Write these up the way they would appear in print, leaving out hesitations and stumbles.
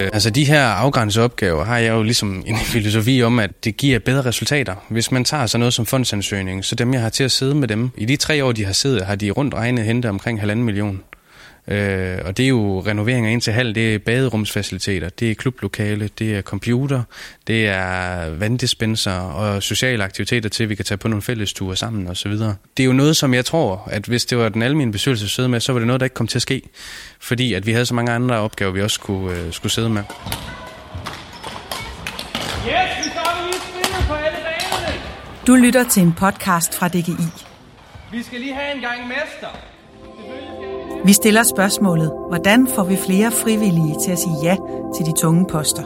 Altså de her afgrænsede opgaver har jeg jo ligesom en filosofi om, at det giver bedre resultater. Hvis man tager sådan noget som fondsansøgning, så dem jeg har til at sidde med dem, i de 3 år de har siddet, har de rundt regnet hentet omkring 1,5 million. Og det er jo renoveringer ind til halv, det er baderumsfaciliteter, det er klublokale, det er computer, det er vanddispenser og sociale aktiviteter til, at vi kan tage på nogle fællesture sammen og så videre. Det er jo noget, som jeg tror, at hvis det var den almindelige bestyrelse sidde med, så var det noget, der ikke kom til at ske, fordi at vi havde så mange andre opgaver, vi også skulle sidde med. Yes, vi står lige spillet på alle banerne. Du lytter til en podcast fra DGI. Vi skal lige have en gang mester. Vi stiller spørgsmålet, hvordan får vi flere frivillige til at sige ja til de tunge poster?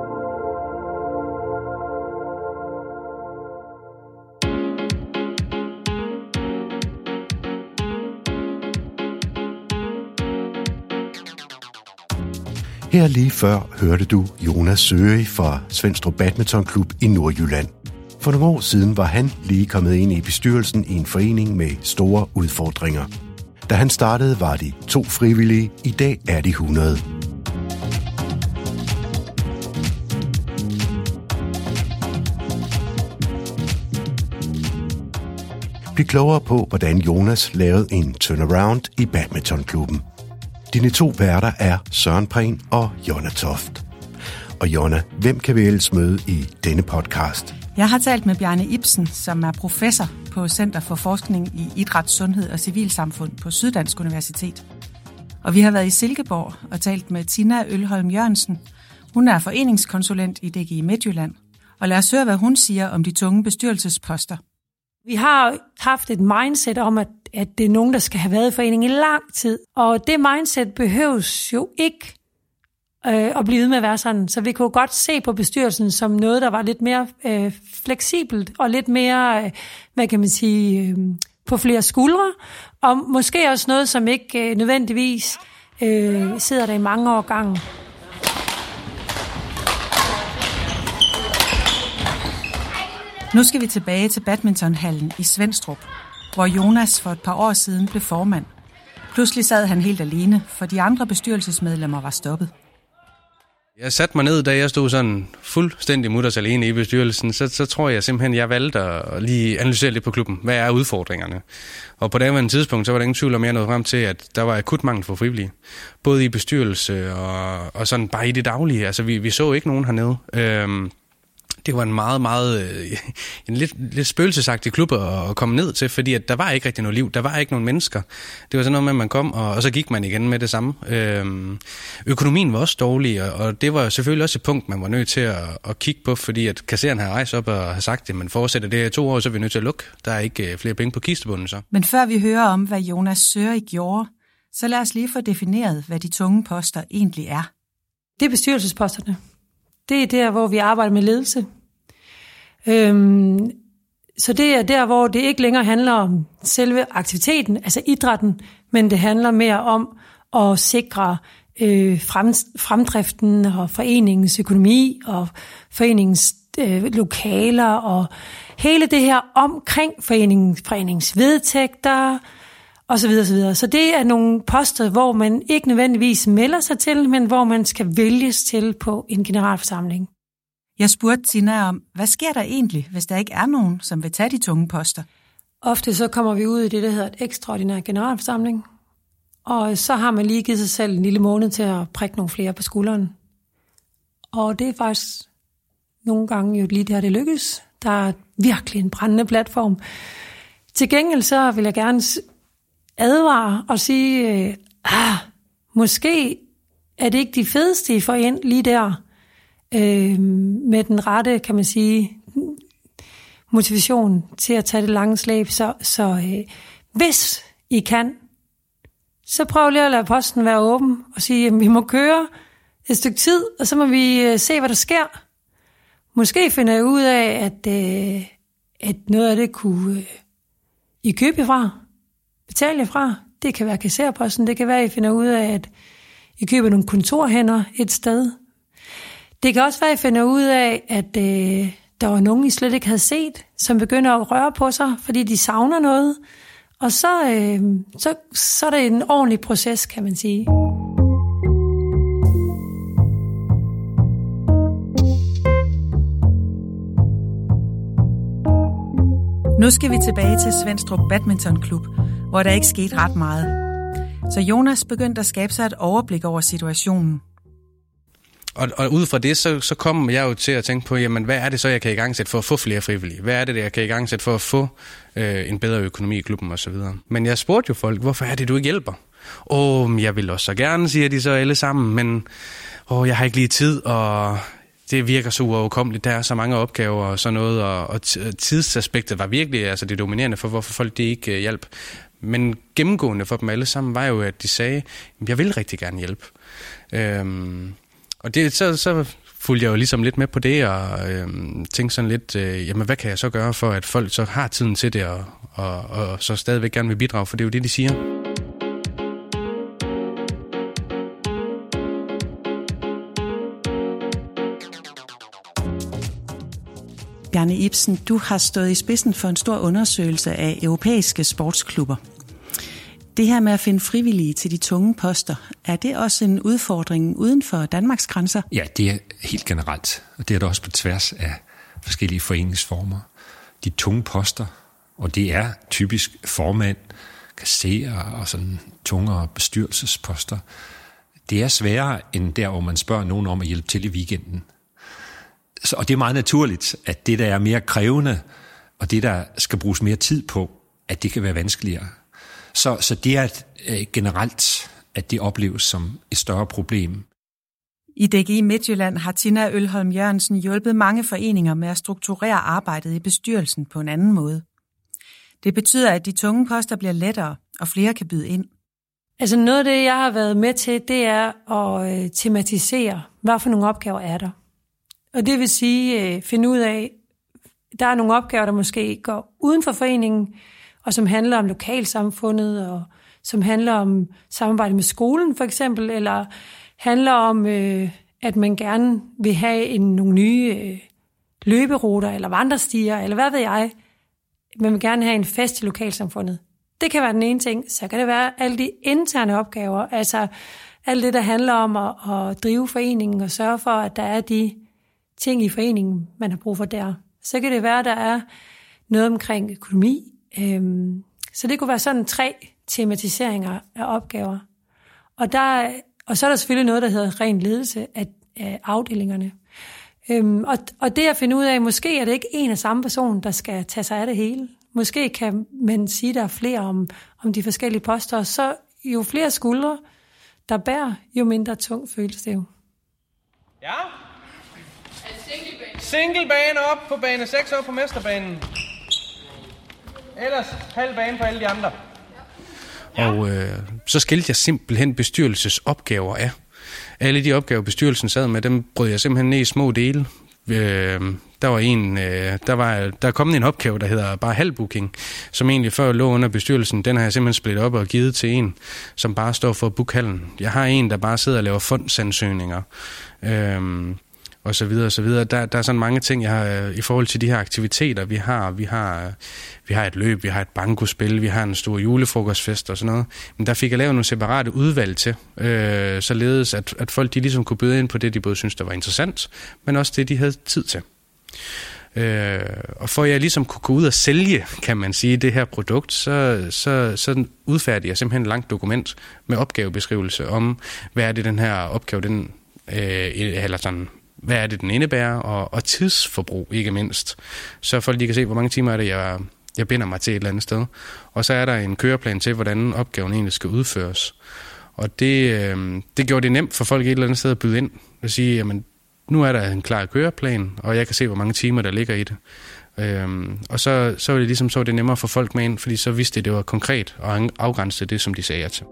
Her lige før hørte du Jonas Søe fra Svenstrup Badmintonklub i Nordjylland. For nogle år siden var han lige kommet ind i bestyrelsen i en forening med store udfordringer. Da han startede, var de 2 frivillige. I dag er de 100. Bliv klogere på, hvordan Jonas lavede en turnaround i badmintonklubben. Dine 2 værter er Søren Prehn og Jonna Toft. Og Jonna, hvem kan vi ellers møde i denne podcast? Jeg har talt med Bjarne Ibsen, som er professor på Center for Forskning i Idræt, Sundhed og Civilsamfund på Syddansk Universitet. Og vi har været i Silkeborg og talt med Tina Ølholm Jørgensen. Hun er foreningskonsulent i DGI Midtjylland. Og lad os høre, hvad hun siger om de tunge bestyrelsesposter. Vi har haft et mindset om, at det er nogen, der skal have været i foreningen i lang tid. Og det mindset behøves jo ikke at blive ved med at være sådan. Så vi kunne godt se på bestyrelsen som noget, der var lidt mere fleksibelt og lidt mere, hvad kan man sige, på flere skuldre. Og måske også noget, som ikke nødvendigvis sidder der i mange år gangen. Nu skal vi tilbage til badmintonhallen i Svenstrup, hvor Jonas for et par år siden blev formand. Pludselig sad han helt alene, for de andre bestyrelsesmedlemmer var stoppet. Jeg satte mig ned, da jeg stod sådan fuldstændig mutters alene i bestyrelsen, så tror jeg simpelthen, jeg valgte at lige analysere lidt på klubben. Hvad er udfordringerne? Og på daværende tidspunkt, så var der ingen tvivl om, jeg nåede frem til, at der var akut mangel for frivillige. Både i bestyrelse og sådan bare i det daglige. Altså, vi så ikke nogen hernede. Det var en lidt spøgelsesagtig klub at komme ned til, fordi at der var ikke rigtig noget liv, der var ikke nogen mennesker. Det var sådan noget med, at man kom, og så gik man igen med det samme. Økonomien var også dårlig, og det var selvfølgelig også et punkt, man var nødt til at kigge på, fordi at kasseren havde rejst op og havde sagt, at man fortsætter det her 2 år, så er vi nødt til at lukke. Der er ikke flere penge på kistebunden så. Men før vi hører om, hvad Jonas Søe gjorde, så lad os lige få defineret, hvad de tunge poster egentlig er. Det er bestyrelsesposterne. Det er der, hvor vi arbejder med ledelse. Så det er der, hvor det ikke længere handler om selve aktiviteten, altså idrætten, men det handler mere om at sikre fremdriften og foreningens økonomi og foreningens lokaler og hele det her omkring foreningens vedtægter og så videre, så videre. Så det er nogle poster, hvor man ikke nødvendigvis melder sig til, men hvor man skal vælges til på en generalforsamling. Jeg spurgte Tina om, hvad sker der egentlig, hvis der ikke er nogen, som vil tage de tunge poster? Ofte så kommer vi ud i det, der hedder et ekstraordinær generalforsamling, og så har man lige givet sig selv en lille måned til at prikke nogle flere på skulderen. Og det er faktisk nogle gange jo lige der, det lykkes. Der er virkelig en brændende platform. Til gengæld så vil jeg gerne advare og sige, måske er det ikke de fedeste, I får ind lige der, med den rette, kan man sige, motivation til at tage det lange slæb. Så hvis I kan, så prøv lige at lade posten være åben og sige, at vi må køre et stykke tid, og så må vi se, hvad der sker. Måske finder jeg ud af, at noget af det kunne I købe fra, betale jer fra. Det kan være kasserposten, det kan være, at I finder ud af, at I køber nogle kontorhænder et sted. Det kan også være, at I finder ud af, at der var nogen, I slet ikke havde set, som begynder at røre på sig, fordi de savner noget. Og så er det en ordentlig proces, kan man sige. Nu skal vi tilbage til Svenstrup Badmintonklub, hvor der ikke skete ret meget. Så Jonas begyndte at skabe sig et overblik over situationen. Og ud fra det, så kom jeg jo til at tænke på, jamen, hvad er det så, jeg kan i gang sætte for at få flere frivillige? Hvad er det, jeg kan i gang sætte for at få en bedre økonomi i klubben osv.? Men jeg spurgte jo folk, hvorfor er det, du ikke hjælper? Jeg vil også så gerne, siger de så alle sammen, men jeg har ikke lige tid, og det virker så uoverkommeligt. Der er så mange opgaver og sådan noget, og tidsaspektet var virkelig altså det dominerende for, hvorfor folk de ikke hjalp. Men gennemgående for dem alle sammen var jo, at de sagde, jeg vil rigtig gerne hjælpe. Og det, så fulgte jeg jo ligesom lidt med på det, og tænkte sådan lidt, jamen hvad kan jeg så gøre for, at folk så har tiden til det, og så stadigvæk gerne vil bidrage, for det er jo det, de siger. Bjarne Ibsen, du har stået i spidsen for en stor undersøgelse af europæiske sportsklubber. Det her med at finde frivillige til de tunge poster, er det også en udfordring uden for Danmarks grænser? Ja, det er helt generelt, og det er der også på tværs af forskellige foreningsformer. De tunge poster, og det er typisk formand, kasserer og sådan tungere bestyrelsesposter. Det er sværere end der, hvor man spørger nogen om at hjælpe til i weekenden. Og det er meget naturligt, at det, der er mere krævende, og det, der skal bruges mere tid på, at det kan være vanskeligere. Så det er generelt, at det opleves som et større problem. I DGI Midtjylland har Tina Ølholm Jørgensen hjulpet mange foreninger med at strukturere arbejdet i bestyrelsen på en anden måde. Det betyder, at de tunge poster bliver lettere, og flere kan byde ind. Altså noget af det, jeg har været med til, det er at tematisere, hvad for nogle opgaver er der. Og det vil sige, finde ud af, der er nogle opgaver, der måske går uden for foreningen, og som handler om lokalsamfundet, og som handler om samarbejde med skolen for eksempel, eller handler om, at man gerne vil have nogle nye løberuter, eller vandrestier, eller hvad ved jeg. Man vil gerne have en fest i lokalsamfundet. Det kan være den ene ting. Så kan det være alle de interne opgaver, altså alt det, der handler om at drive foreningen, og sørge for, at der er de ting i foreningen, man har brug for der. Så kan det være, at der er noget omkring økonomi. Så det kunne være sådan 3 tematiseringer af opgaver. Og så er der selvfølgelig noget, der hedder ren ledelse af afdelingerne. Og det at finde ud af, måske er det ikke en og samme person, der skal tage sig af det hele. Måske kan man sige, der er flere om de forskellige poster, så jo flere skuldre, der bærer, jo mindre tung føles det jo. Ja. Single bane op på bane 6 op på mesterbanen. Ellers halv bane på alle de andre. Og så skilte jeg simpelthen bestyrelsesopgaver af. Alle de opgaver, bestyrelsen sad med, dem brød jeg simpelthen ned i små dele. Der kom en opgave, der hedder bare halvbooking, som egentlig før lå under bestyrelsen. Den har jeg simpelthen splittet op og givet til en, som bare står for at booke hallen. Jeg har en, der bare sidder og laver fondsansøgninger. Og så videre, og så videre. Der er sådan mange ting, jeg har i forhold til de her aktiviteter, vi har et løb, vi har et bankospil, vi har en stor julefrokostfest og sådan noget. Men der fik jeg lavet nogle separate udvalg til, således at folk de ligesom kunne byde ind på det, de både synes der var interessant, men også det, de havde tid til. Og for at jeg ligesom kunne gå ud og sælge, kan man sige, det her produkt, så udfærdigede jeg simpelthen et langt dokument med opgavebeskrivelse om, hvad er det den her opgave, eller sådan, hvad er det, den indebærer, og tidsforbrug, ikke mindst. Så folk de kan se, hvor mange timer er det, jeg binder mig til et eller andet sted. Og så er der en køreplan til, hvordan opgaven egentlig skal udføres. Og det gjorde det nemt for folk et eller andet sted at byde ind og sige, jamen, nu er der en klar køreplan, og jeg kan se, hvor mange timer, der ligger i det. Og så var det ligesom så det nemmere for folk med ind, fordi så vidste det var konkret og afgrænset det, som de sagde til.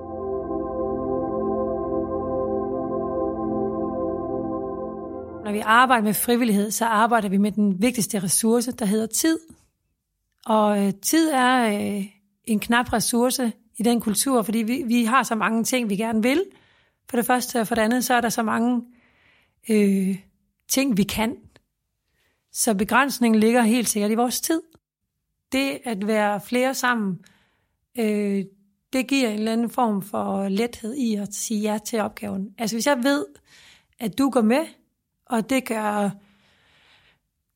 Når vi arbejder med frivillighed, så arbejder vi med den vigtigste ressource, der hedder tid. Og tid er en knap ressource i den kultur, fordi vi har så mange ting, vi gerne vil. For det første og for det andet, så er der så mange ting, vi kan. Så begrænsningen ligger helt sikkert i vores tid. Det at være flere sammen, det giver en eller anden form for lethed i at sige ja til opgaven. Altså hvis jeg ved, at du går med, og det gør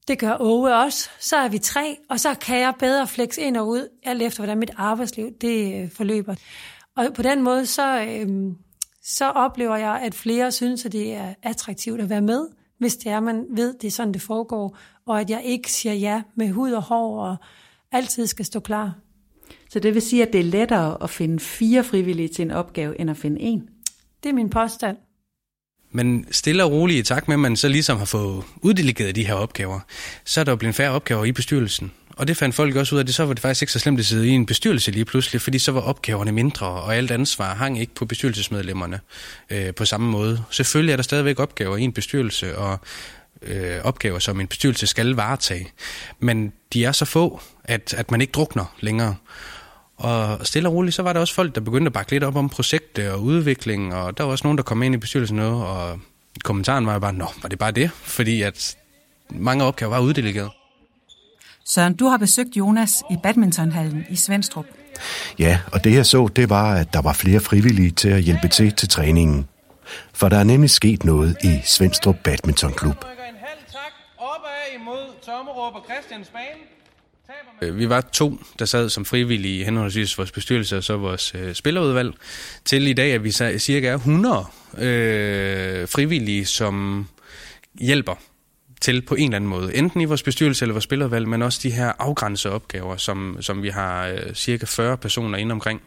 Det gør Åge også. Så er vi 3, og så kan jeg bedre flex ind og ud, alt efter hvordan mit arbejdsliv det forløber. Og på den måde, så oplever jeg, at flere synes, at det er attraktivt at være med, hvis det er, man ved, det er sådan, det foregår, og at jeg ikke siger ja med hud og hår, og altid skal stå klar. Så det vil sige, at det er lettere at finde 4 frivillige til en opgave, end at finde 1? Det er min påstand. Men stille og roligt, i takt med, at man så ligesom har fået uddelegeret de her opgaver, så er der jo blevet færre opgaver i bestyrelsen. Og det fandt folk også ud af, at så var det faktisk ikke så slemt at sidde i en bestyrelse lige pludselig, fordi så var opgaverne mindre, og alt ansvar hang ikke på bestyrelsesmedlemmerne på samme måde. Selvfølgelig er der stadigvæk opgaver i en bestyrelse, og opgaver, som en bestyrelse skal varetage. Men de er så få, at man ikke drukner længere. Og stille og roligt, så var der også folk, der begyndte at bakke lidt op om projektet og udvikling, og der var også nogen, der kom ind i bestyrelsen og kommentaren var jo bare, var det bare det? Fordi at mange opgaver var uddelegeret. Søren, du har besøgt Jonas i badmintonhallen i Svenstrup. Ja, og det jeg så, det var, at der var flere frivillige til at hjælpe til træningen. For der er nemlig sket noget i Svenstrup Badmintonklub. En halv tak opad imod Tommerup og Christians bane. Vi var 2, der sad som frivillige i henholdsvis vores bestyrelse og så vores spillerudvalg. Til i dag er vi cirka 100 frivillige, som hjælper til på en eller anden måde. Enten i vores bestyrelse eller vores spillerudvalg, men også de her afgrænsede opgaver, som vi har cirka 40 personer inde omkring.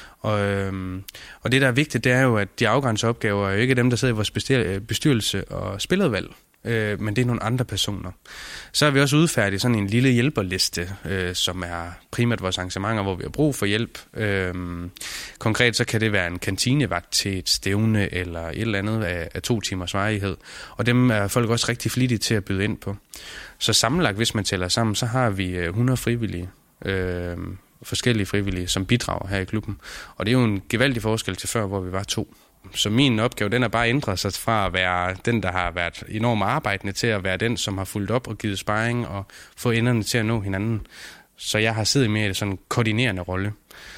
Og det, der er vigtigt, det er jo, at de afgrænsede opgaver er jo ikke dem, der sidder i vores bestyrelse og spillerudvalg. Men det er nogle andre personer. Så har vi også udfærdigt sådan en lille hjælperliste, som er primært vores arrangementer, hvor vi har brug for hjælp. Konkret så kan det være en kantinevagt til et stævne eller et eller andet af 2 timers varighed. Og dem er folk også rigtig flittige til at byde ind på. Så sammenlagt, hvis man tæller sammen, så har vi 100 frivillige, forskellige frivillige, som bidrager her i klubben. Og det er jo en gevaldig forskel til før, hvor vi var 2. Så min opgave, den har bare ændret sig fra at være den, der har været enormt arbejdende, til at være den, som har fulgt op og givet sparring og få enderne til at nå hinanden. Så jeg har siddet mere i sådan en koordinerende rolle.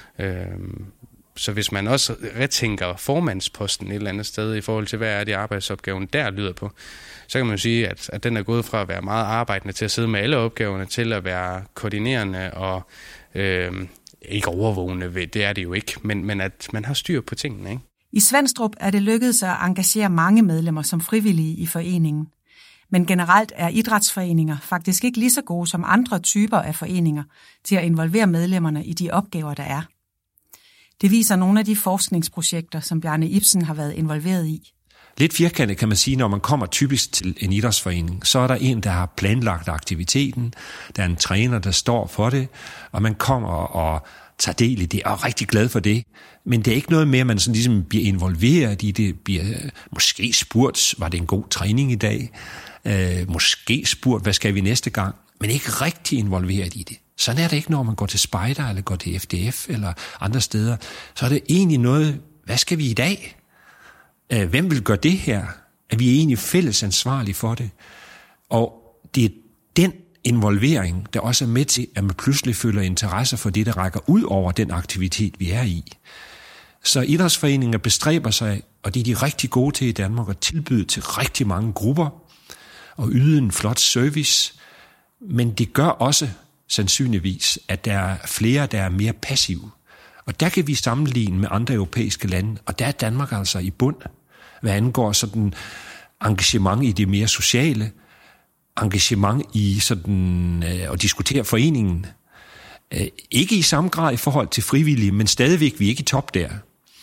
Så hvis man også retænker formandsposten et eller andet sted i forhold til, hvad er det arbejdsopgaven der lyder på, så kan man jo sige, at den er gået fra at være meget arbejdende til at sidde med alle opgaverne, til at være koordinerende og ikke overvågende. Det er det jo ikke, men at man har styr på tingene, ikke? I Svenstrup er det lykkedes at engagere mange medlemmer som frivillige i foreningen. Men generelt er idrætsforeninger faktisk ikke lige så gode som andre typer af foreninger til at involvere medlemmerne i de opgaver, der er. Det viser nogle af de forskningsprojekter, som Bjarne Ibsen har været involveret i. Lidt firkantet kan man sige, når man kommer typisk til en idrætsforening, så er der en, der har planlagt aktiviteten, der er en træner, der står for det, og man kommer og tager del i det, og er rigtig glad for det. Men det er ikke noget med, at man sådan ligesom bliver involveret i det, bliver måske spurgt, var det en god træning i dag? Måske spurgt, hvad skal vi næste gang? Men ikke rigtig involveret i det. Sådan er det ikke, når man går til spejder, eller går til FDF, eller andre steder. Så er det egentlig noget, hvad skal vi i dag? Hvem vil gøre det her? Er vi egentlig fælles ansvarlige for det? Og det er den involvering, der også er med til, at man pludselig føler interesse for det, der rækker ud over den aktivitet, vi er i. Så idrætsforeninger bestræber sig, og det er de rigtig gode til i Danmark, at tilbyde til rigtig mange grupper og yde en flot service. Men det gør også sandsynligvis, at der er flere, der er mere passive. Og der kan vi sammenligne med andre europæiske lande, og der er Danmark altså i bund, hvad angår sådan engagement i det mere sociale, engagement i sådan at diskutere foreningen. Ikke i samme grad i forhold til frivillige, men stadigvæk vi er ikke i top der.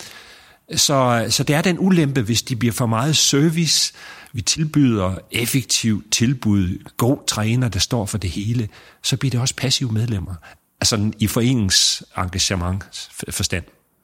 Så det er den ulempe, hvis de bliver for meget service. Vi tilbyder effektivt tilbud, god træner, der står for det hele, så bliver det også passive medlemmer. Altså i foreningens engagement forstand.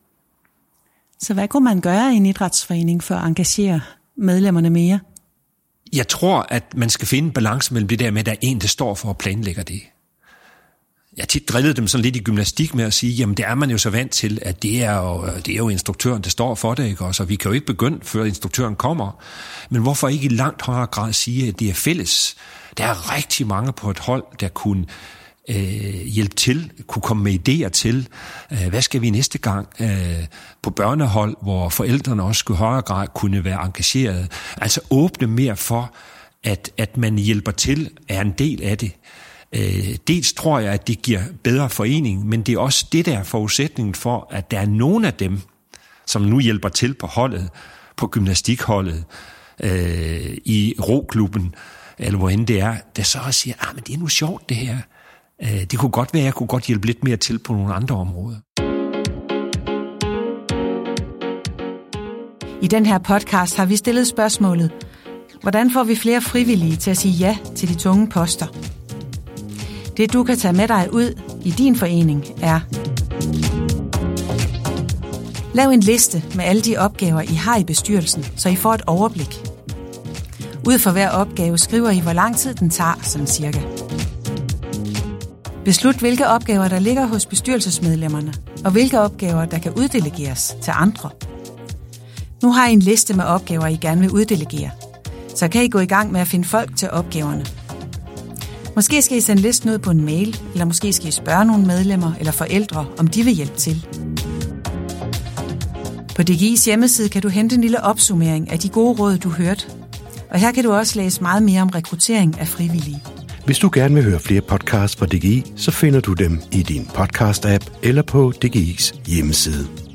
Så hvad kunne man gøre i en idrætsforening for at engagere medlemmerne mere? Jeg tror, at man skal finde en balance mellem det der med, at der er en, der står for at planlægge det. Jeg tit drillede dem sådan lidt i gymnastik med at sige, jamen det er man jo så vant til, at det er jo instruktøren, der står for det, ikke? Og så vi kan jo ikke begynde, før instruktøren kommer. Men hvorfor ikke i langt højere grad sige, at det er fælles? Der er rigtig mange på et hold, der kunne hjælpe til, kunne komme med idéer til, hvad skal vi næste gang på børnehold, hvor forældrene også skulle i højere grad kunne være engageret. Altså åbne mere for, at man hjælper til, er en del af det. Dels tror jeg, at det giver bedre forening, men det er også det, der er forudsætningen for, at der er nogen af dem, som nu hjælper til på holdet, på gymnastikholdet, i roklubben, eller hvor end det er, der så også siger, men det er nu sjovt det her. Det kunne godt være, at jeg kunne godt hjælpe lidt mere til på nogle andre områder. I den her podcast har vi stillet spørgsmålet: hvordan får vi flere frivillige til at sige ja til de tunge poster? Det du kan tage med dig ud i din forening er: lav en liste med alle de opgaver, I har i bestyrelsen, så I får et overblik. Ud for hver opgave skriver I, hvor lang tid den tager, sådan cirka. Beslut, hvilke opgaver, der ligger hos bestyrelsesmedlemmerne, og hvilke opgaver, der kan uddelegeres til andre. Nu har I en liste med opgaver, I gerne vil uddelegere. Så kan I gå i gang med at finde folk til opgaverne. Måske skal I sende listen ud på en mail, eller måske skal I spørge nogle medlemmer eller forældre, om de vil hjælpe til. På DGI's hjemmeside kan du hente en lille opsummering af de gode råd, du hørte. Og her kan du også læse meget mere om rekruttering af frivillige. Hvis du gerne vil høre flere podcasts fra DGI, så finder du dem i din podcast-app eller på DGI's hjemmeside.